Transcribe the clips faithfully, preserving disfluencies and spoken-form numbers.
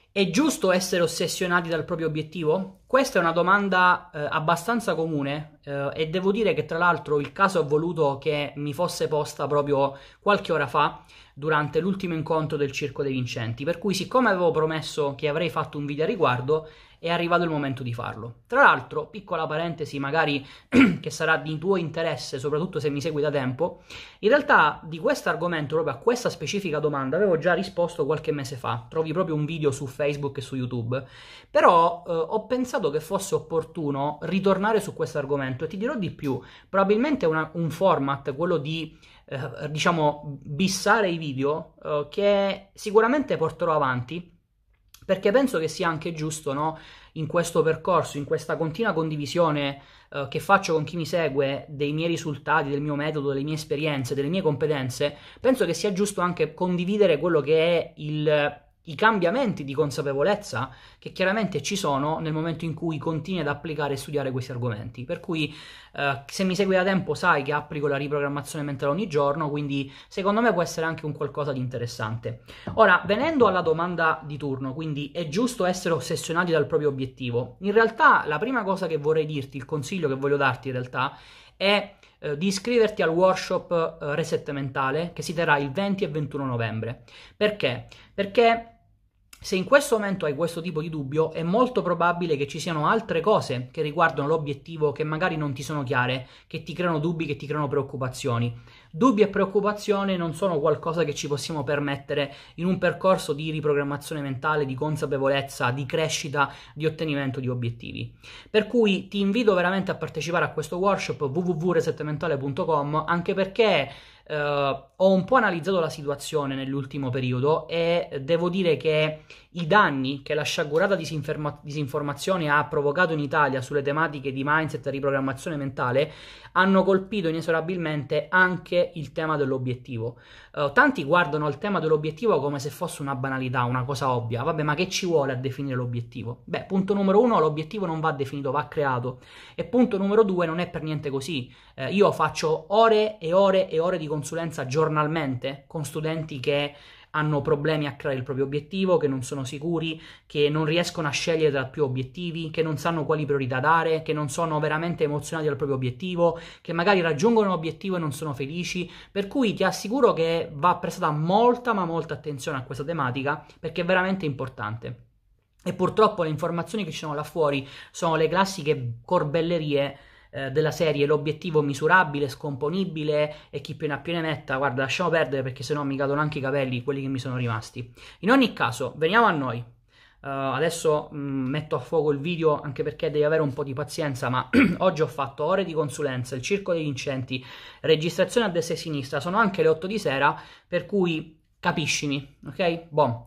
È giusto essere ossessionati dal proprio obiettivo? Questa è una domanda eh, abbastanza comune eh, e devo dire che tra l'altro il caso ha voluto che mi fosse posta proprio qualche ora fa durante l'ultimo incontro del Circo dei Vincenti, per cui siccome avevo promesso che avrei fatto un video a riguardo è arrivato il momento di farlo. Tra l'altro, piccola parentesi magari che sarà di tuo interesse, soprattutto se mi segui da tempo, in realtà di questo argomento, proprio a questa specifica domanda, avevo già risposto qualche mese fa. Trovi proprio un video su Facebook e su YouTube. Però eh, ho pensato che fosse opportuno ritornare su questo argomento e ti dirò di più. Probabilmente una, un format, quello di eh, diciamo bissare i video, eh, che sicuramente porterò avanti perché penso che sia anche giusto, no? In questo percorso, in questa continua condivisione eh, che faccio con chi mi segue dei miei risultati, del mio metodo, delle mie esperienze, delle mie competenze, penso che sia giusto anche condividere quello che è il, i cambiamenti di consapevolezza che chiaramente ci sono nel momento in cui continui ad applicare e studiare questi argomenti. Per cui eh, se mi segui da tempo sai che applico la riprogrammazione mentale ogni giorno, quindi secondo me può essere anche un qualcosa di interessante. Ora, venendo alla domanda di turno, quindi è giusto essere ossessionati dal proprio obiettivo? In realtà la prima cosa che vorrei dirti, il consiglio che voglio darti in realtà, è eh, di iscriverti al workshop eh, Reset Mentale che si terrà il venti e ventuno novembre. Perché? Perché se in questo momento hai questo tipo di dubbio, è molto probabile che ci siano altre cose che riguardano l'obiettivo che magari non ti sono chiare, che ti creano dubbi, che ti creano preoccupazioni. Dubbi e preoccupazioni non sono qualcosa che ci possiamo permettere in un percorso di riprogrammazione mentale, di consapevolezza, di crescita, di ottenimento di obiettivi. Per cui ti invito veramente a partecipare a questo workshop w w w punto reset mentale punto com, anche perché Uh, ho un po' analizzato la situazione nell'ultimo periodo e devo dire che i danni che la sciagurata disinforma- disinformazione ha provocato in Italia sulle tematiche di mindset e riprogrammazione mentale hanno colpito inesorabilmente anche il tema dell'obiettivo. Uh, tanti guardano il tema dell'obiettivo come se fosse una banalità, una cosa ovvia. Vabbè, ma che ci vuole a definire l'obiettivo? Beh, punto numero uno, l'obiettivo non va definito, va creato. E punto numero due, non è per niente così. Eh, io faccio ore e ore e ore di consulenza giornalmente con studenti che hanno problemi a creare il proprio obiettivo, che non sono sicuri, che non riescono a scegliere tra più obiettivi, che non sanno quali priorità dare, che non sono veramente emozionati dal proprio obiettivo, che magari raggiungono un obiettivo e non sono felici, per cui ti assicuro che va prestata molta ma molta attenzione a questa tematica perché è veramente importante. E purtroppo le informazioni che ci sono là fuori sono le classiche corbellerie eh, della serie l'obiettivo misurabile, scomponibile e chi più ne ha più ne metta. Guarda, lasciamo perdere perché sennò mi cadono anche i capelli, quelli che mi sono rimasti. In ogni caso, veniamo a noi. Uh, adesso mh, metto a fuoco il video anche perché devi avere un po' di pazienza, ma oggi ho fatto ore di consulenza, il Circo dei Vincenti, registrazione a destra e a sinistra, sono anche le otto di sera, per cui capiscimi, ok? Bon.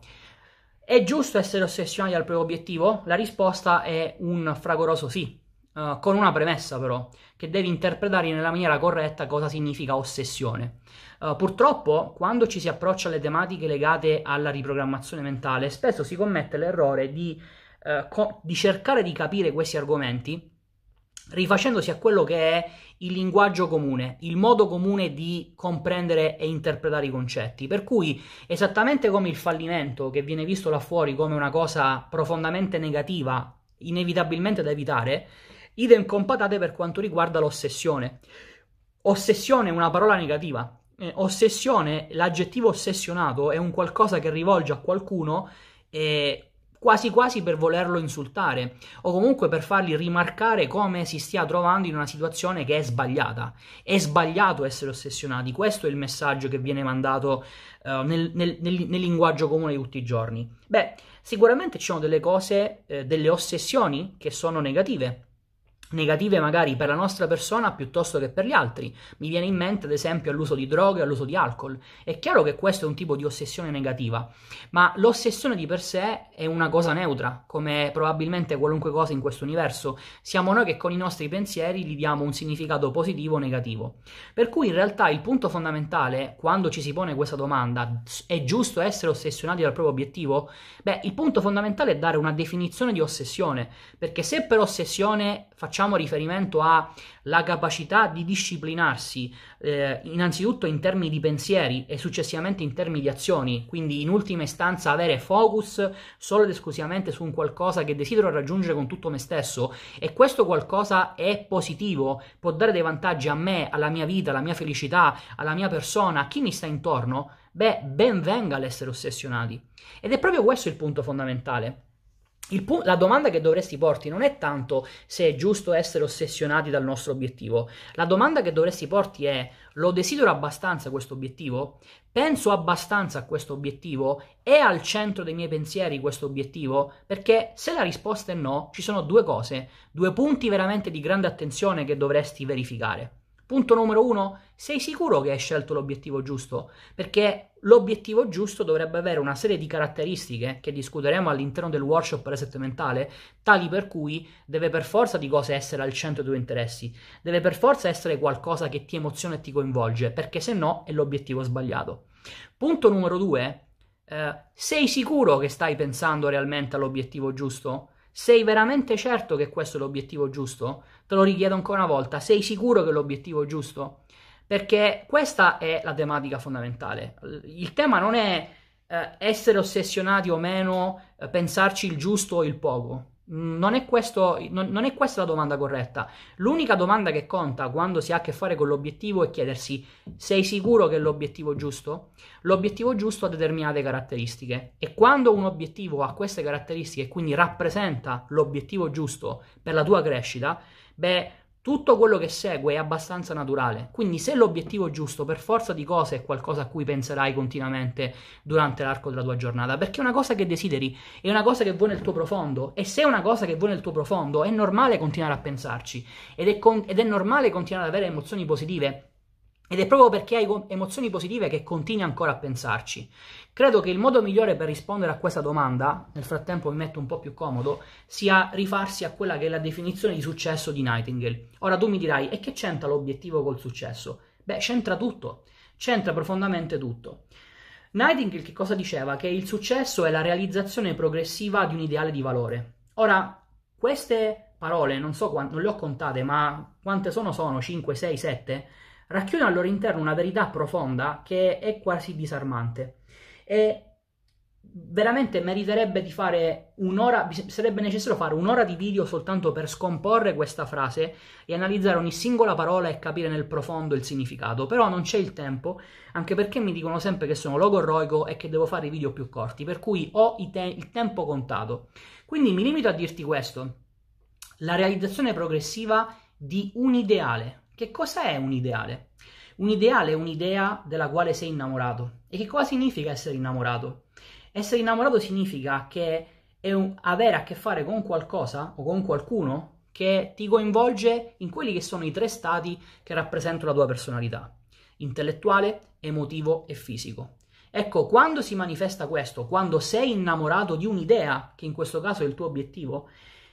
È giusto essere ossessionati dal proprio obiettivo? La risposta è un fragoroso sì, uh, con una premessa però, che devi interpretare nella maniera corretta cosa significa ossessione. Uh, purtroppo, quando ci si approccia alle tematiche legate alla riprogrammazione mentale, spesso si commette l'errore di, uh, co- di cercare di capire questi argomenti rifacendosi a quello che è il linguaggio comune, il modo comune di comprendere e interpretare i concetti. Per cui, esattamente come il fallimento, che viene visto là fuori come una cosa profondamente negativa, inevitabilmente da evitare, idem con patate per quanto riguarda l'ossessione. Ossessione è una parola negativa. Eh, ossessione, l'aggettivo ossessionato, è un qualcosa che rivolge a qualcuno e quasi quasi per volerlo insultare o comunque per fargli rimarcare come si stia trovando in una situazione che è sbagliata. È sbagliato essere ossessionati, questo è il messaggio che viene mandato uh, nel, nel, nel, nel linguaggio comune di tutti i giorni. Beh, sicuramente ci sono delle cose, eh, delle ossessioni che sono negative. Negative magari per la nostra persona piuttosto che per gli altri. Mi viene in mente ad esempio l'uso di droghe, all'uso di alcol. È chiaro che questo è un tipo di ossessione negativa, ma l'ossessione di per sé è una cosa neutra, come probabilmente qualunque cosa in questo universo. Siamo noi che con i nostri pensieri gli diamo un significato positivo o negativo. Per cui in realtà il punto fondamentale, quando ci si pone questa domanda, è giusto essere ossessionati dal proprio obiettivo? Beh, il punto fondamentale è dare una definizione di ossessione, perché se per ossessione facciamo facciamo riferimento alla capacità di disciplinarsi, eh, innanzitutto in termini di pensieri e successivamente in termini di azioni, quindi in ultima istanza avere focus solo ed esclusivamente su un qualcosa che desidero raggiungere con tutto me stesso, e questo qualcosa è positivo, può dare dei vantaggi a me, alla mia vita, alla mia felicità, alla mia persona, a chi mi sta intorno, beh, ben venga l'essere ossessionati. Ed è proprio questo il punto fondamentale. Il pu- la domanda che dovresti porti non è tanto se è giusto essere ossessionati dal nostro obiettivo. La domanda che dovresti porti è: lo desidero abbastanza questo obiettivo? Penso abbastanza a questo obiettivo? È al centro dei miei pensieri questo obiettivo? Perché se la risposta è no, ci sono due cose, due punti veramente di grande attenzione che dovresti verificare. Punto numero uno: sei sicuro che hai scelto l'obiettivo giusto? Perché l'obiettivo giusto dovrebbe avere una serie di caratteristiche che discuteremo all'interno del workshop Reset Mentale, tali per cui deve per forza di cose essere al centro dei tuoi interessi, deve per forza essere qualcosa che ti emoziona e ti coinvolge, perché se no è l'obiettivo sbagliato. Punto numero due: eh, sei sicuro che stai pensando realmente all'obiettivo giusto? Sei veramente certo che questo è l'obiettivo giusto? Te lo richiedo ancora una volta, sei sicuro che è l'obiettivo giusto? Perché questa è la tematica fondamentale. Il tema non è eh, essere ossessionati o meno, eh, pensarci il giusto o il poco. Non è, questo, non, non è questa la domanda corretta. L'unica domanda che conta quando si ha a che fare con l'obiettivo è chiedersi: sei sicuro che è l'obiettivo giusto? L'obiettivo giusto ha determinate caratteristiche, e quando un obiettivo ha queste caratteristiche e quindi rappresenta l'obiettivo giusto per la tua crescita, beh, tutto quello che segue è abbastanza naturale. Quindi se l'obiettivo giusto per forza di cose è qualcosa a cui penserai continuamente durante l'arco della tua giornata, perché è una cosa che desideri, è una cosa che vuoi nel tuo profondo, e se è una cosa che vuoi nel tuo profondo è normale continuare a pensarci, ed è, con- ed è normale continuare ad avere emozioni positive, ed è proprio perché hai emozioni positive che continui ancora a pensarci. Credo che il modo migliore per rispondere a questa domanda, nel frattempo mi metto un po' più comodo, sia rifarsi a quella che è la definizione di successo di Nightingale. Ora tu mi dirai: e che c'entra l'obiettivo col successo? Beh, c'entra tutto, c'entra profondamente tutto. Nightingale che cosa diceva? Che il successo è la realizzazione progressiva di un ideale di valore. Ora, queste parole, non so quante, non le ho contate, ma quante sono? Sono cinque, sei, sette? Racchiudono al loro interno una verità profonda che è quasi disarmante, e veramente meriterebbe di fare un'ora, sarebbe necessario fare un'ora di video soltanto per scomporre questa frase e analizzare ogni singola parola e capire nel profondo il significato. Però non c'è il tempo, anche perché mi dicono sempre che sono logorroico e che devo fare i video più corti, per cui ho te- il tempo contato. Quindi mi limito a dirti questo: la realizzazione progressiva di un ideale. Che cosa è un ideale? Un ideale è un'idea della quale sei innamorato. E che cosa significa essere innamorato? Essere innamorato significa che è un, avere a che fare con qualcosa o con qualcuno che ti coinvolge in quelli che sono i tre stati che rappresentano la tua personalità: intellettuale, emotivo e fisico. Ecco, quando si manifesta questo, quando sei innamorato di un'idea, che in questo caso è il tuo obiettivo,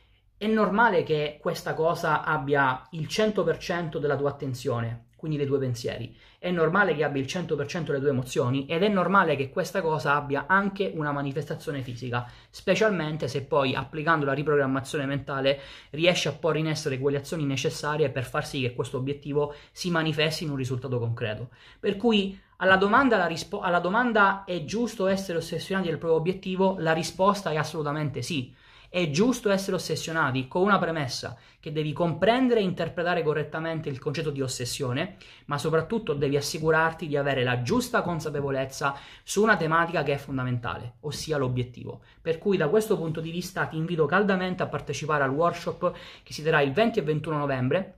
è normale che questa cosa abbia il cento per cento della tua attenzione, quindi dei tuoi pensieri. È normale che abbia il cento per cento delle tue emozioni, ed è normale che questa cosa abbia anche una manifestazione fisica, specialmente se poi, applicando la riprogrammazione mentale, riesci a porre in essere quelle azioni necessarie per far sì che questo obiettivo si manifesti in un risultato concreto. Per cui alla domanda, la rispo- alla domanda è giusto essere ossessionati del proprio obiettivo, la risposta è assolutamente sì. È giusto essere ossessionati, con una premessa: che devi comprendere e interpretare correttamente il concetto di ossessione, ma soprattutto devi assicurarti di avere la giusta consapevolezza su una tematica che è fondamentale, ossia l'obiettivo. Per cui da questo punto di vista ti invito caldamente a partecipare al workshop che si terrà il venti e ventuno novembre,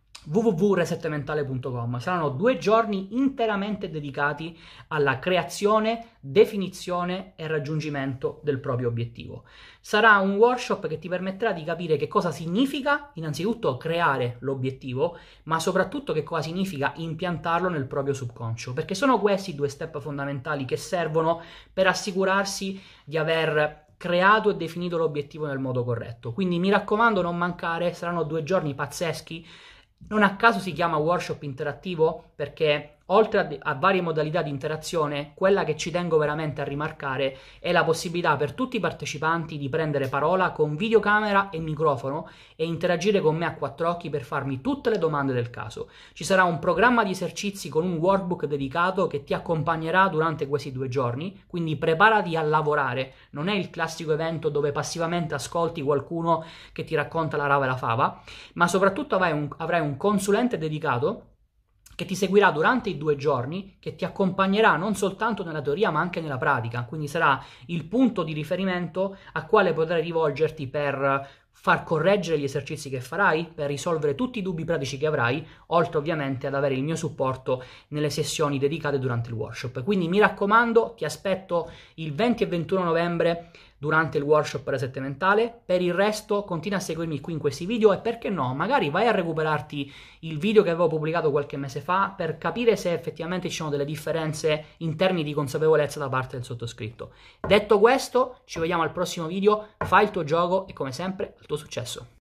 w w w punto reset mentale punto com. Saranno due giorni interamente dedicati alla creazione, definizione e raggiungimento del proprio obiettivo. Sarà un workshop che ti permetterà di capire che cosa significa innanzitutto creare l'obiettivo, ma soprattutto che cosa significa impiantarlo nel proprio subconscio, perché sono questi i due step fondamentali che servono per assicurarsi di aver creato e definito l'obiettivo nel modo corretto. Quindi mi raccomando, non mancare, saranno due giorni pazzeschi. Non a caso si chiama workshop interattivo, perché Oltre a, a varie modalità di interazione, quella che ci tengo veramente a rimarcare è la possibilità per tutti i partecipanti di prendere parola con videocamera e microfono e interagire con me a quattro occhi per farmi tutte le domande del caso. Ci sarà un programma di esercizi con un workbook dedicato che ti accompagnerà durante questi due giorni, quindi preparati a lavorare. Non è il classico evento dove passivamente ascolti qualcuno che ti racconta la rava e la fava, ma soprattutto avrai un, avrai un consulente dedicato che ti seguirà durante i due giorni, che ti accompagnerà non soltanto nella teoria ma anche nella pratica, quindi sarà il punto di riferimento a quale potrai rivolgerti per far correggere gli esercizi che farai, per risolvere tutti i dubbi pratici che avrai, oltre ovviamente ad avere il mio supporto nelle sessioni dedicate durante il workshop. Quindi mi raccomando, ti aspetto il venti e ventuno novembre durante il workshop Reset Mentale. Per il resto continua a seguirmi qui in questi video e perché no, magari vai a recuperarti il video che avevo pubblicato qualche mese fa per capire se effettivamente ci sono delle differenze in termini di consapevolezza da parte del sottoscritto. Detto questo, ci vediamo al prossimo video, fai il tuo gioco e come sempre il tuo successo.